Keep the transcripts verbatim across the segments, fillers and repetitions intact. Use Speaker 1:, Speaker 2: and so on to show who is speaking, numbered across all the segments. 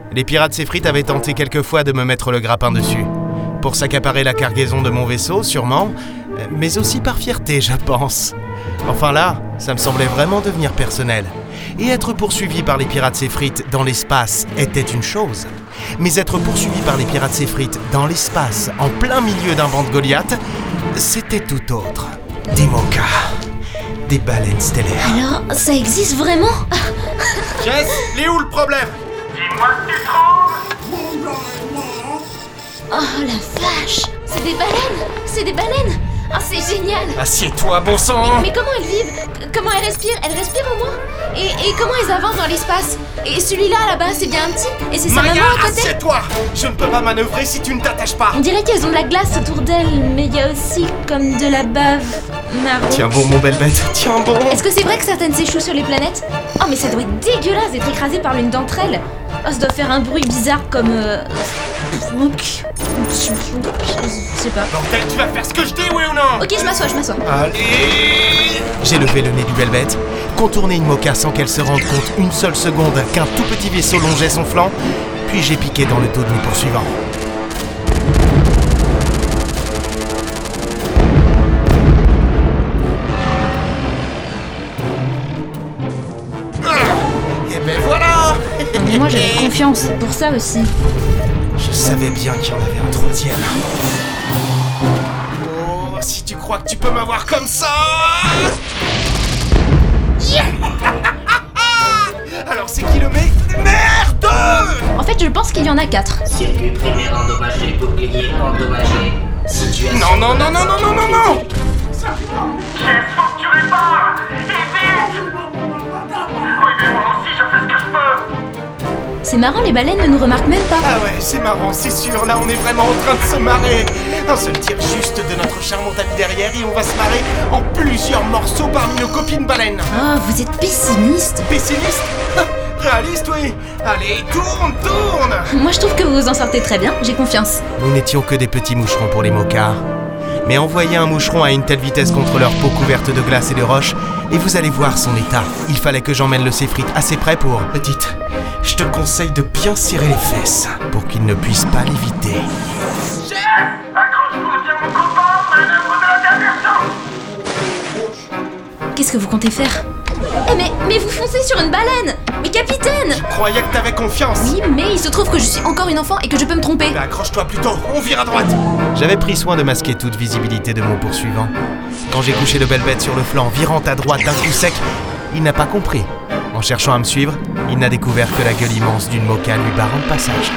Speaker 1: Les pirates Séfrites avaient tenté quelquefois de me mettre le grappin dessus. Pour s'accaparer la cargaison de mon vaisseau, sûrement, mais aussi par fierté, je pense. Enfin là, ça me semblait vraiment devenir personnel. Et être poursuivi par les pirates Séfrites dans l'espace était une chose. Mais être poursuivi par les pirates Séfrites dans l'espace, en plein milieu d'un banc de Goliath, c'était tout autre. Des Moka, des baleines stellaires.
Speaker 2: Alors, ça existe vraiment?
Speaker 1: Jess, il est où le problème?
Speaker 3: Dis-moi ce que tu trouves.
Speaker 2: Oh la vache! C'est des baleines! C'est des baleines! Ah, c'est génial!
Speaker 1: Assieds-toi, bon sang!
Speaker 2: Mais, mais comment elles vivent? C- Comment elles respirent? Elles respirent au moins? Et, et comment elles avancent dans l'espace? Et celui-là là-bas, c'est bien un petit? Et c'est sa
Speaker 1: Maya,
Speaker 2: maman à côté?
Speaker 1: assieds-toi! Je ne peux pas manœuvrer si tu ne t'attaches pas!
Speaker 2: On dirait qu'elles ont de la glace autour d'elles, mais il y a aussi comme de la bave marron.
Speaker 1: Tiens bon, mon belle bête, tiens bon!
Speaker 2: Est-ce que c'est vrai que certaines s'échouent sur les planètes? Oh, mais ça doit être dégueulasse d'être écrasé par l'une d'entre elles! Oh, ça doit faire un bruit bizarre comme... Euh... Je sais pas.
Speaker 1: Bordel, tu vas faire ce que je dis, oui ou non?
Speaker 2: Ok, je m'assois, je m'assois.
Speaker 1: Allez! J'ai levé le nez du belle bête, contourné une Moka sans qu'elle se rende compte une seule seconde qu'un tout petit vaisseau longeait son flanc, puis j'ai piqué dans le dos de mes poursuivants. Et ben voilà!
Speaker 2: Mais moi j'avais confiance, pour ça aussi.
Speaker 1: Je savais bien qu'il y en avait un troisième. Oh, si tu crois que tu peux m'avoir comme ça! Yeah. Alors c'est qui le mec? Merde!
Speaker 2: En fait, je pense qu'il y en a quatre.
Speaker 4: Circuit primaire endommagé, bouclier endommagé. Situation...
Speaker 1: Non, non, non, non, non, non, non, non!
Speaker 3: Jess, faut que tu répares. Et vite. Oui, mais moi aussi, je fais ce que je peux.
Speaker 2: C'est marrant, les baleines ne nous remarquent même pas.
Speaker 1: Ah ouais, c'est marrant, c'est sûr, là on est vraiment en train de se marrer. Un seul tir juste de notre charmante amie derrière et on va se marrer en plusieurs morceaux parmi nos copines baleines.
Speaker 2: Oh, vous êtes pessimiste.
Speaker 1: Pessimiste? Réaliste, oui. Allez, tourne, tourne.
Speaker 2: Moi je trouve que vous vous en sortez très bien, j'ai confiance.
Speaker 1: Nous n'étions que des petits moucherons pour les mocards. Mais envoyez un moucheron à une telle vitesse contre leur peau couverte de glace et de roches, et vous allez voir son état. Il fallait que j'emmène le Séfrite assez près pour... Petite, je te conseille de bien serrer les fesses, pour qu'il ne puisse pas l'éviter.
Speaker 3: Jess, accroche-toi bien, mon copain. Manœuvre de la diversion.
Speaker 2: Qu'est-ce que vous comptez faire? Eh mais, mais vous foncez sur une baleine! Mais capitaine!
Speaker 1: Je croyais que t'avais confiance.
Speaker 2: Oui, mais il se trouve que je suis encore une enfant et que je peux me tromper.
Speaker 1: Mais accroche-toi plutôt, on vire à droite. J'avais pris soin de masquer toute visibilité de mon poursuivant. Quand j'ai couché le belle bête sur le flanc, virant à droite d'un coup sec, il n'a pas compris. En cherchant à me suivre, il n'a découvert que la gueule immense d'une Moka lui barrant le passage.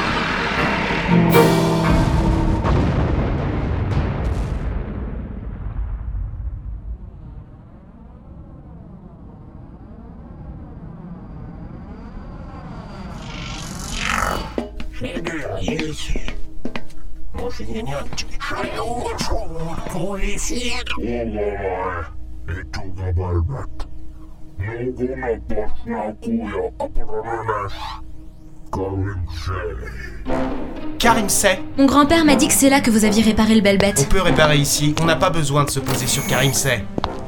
Speaker 1: Karim sait.
Speaker 2: Mon grand-père m'a dit que c'est là que vous aviez réparé le belle
Speaker 1: On
Speaker 2: bête.
Speaker 1: peut réparer ici, on n'a pas besoin de se poser sur Karim sait.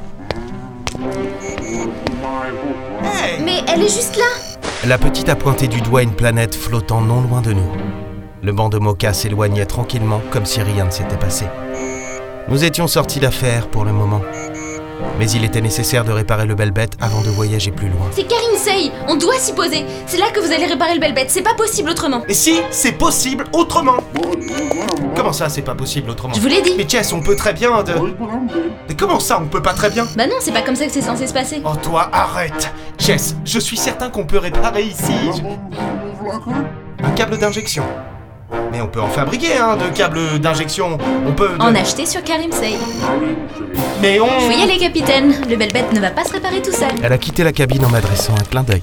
Speaker 1: Hey!
Speaker 2: Mais elle est juste là!
Speaker 1: La petite a pointé du doigt une planète flottant non loin de nous. Le banc de Moka s'éloignait tranquillement, comme si rien ne s'était passé. Nous étions sortis d'affaire pour le moment. Mais il était nécessaire de réparer le belle bête avant de voyager plus loin.
Speaker 2: C'est Karim Sey! On doit s'y poser! C'est là que vous allez réparer le belle bête, c'est pas possible autrement!
Speaker 1: Et si, c'est possible autrement! Comment ça, c'est pas possible autrement?
Speaker 2: Je vous l'ai dit!
Speaker 1: Mais Jess, on peut très bien de... Mais comment ça, on peut pas très bien?
Speaker 2: Bah non, c'est pas comme ça que c'est censé se passer.
Speaker 1: Oh toi, arrête! Jess, je suis certain qu'on peut réparer ici. Un câble d'injection. Mais on peut en fabriquer, hein, de câbles d'injection. On peut... de-
Speaker 2: En acheter sur Karim Sey.
Speaker 1: Mais on...
Speaker 2: Faut y aller, capitaine. Le belle bête ne va pas se réparer tout seul.
Speaker 1: Elle a quitté la cabine en m'adressant un clin d'œil.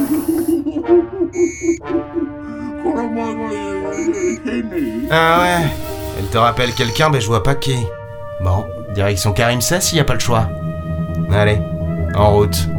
Speaker 1: Ah ouais? Elle te rappelle quelqu'un, mais je vois pas qui. Bon, direction Karim Sey s'il y a pas le choix. Allez, en route.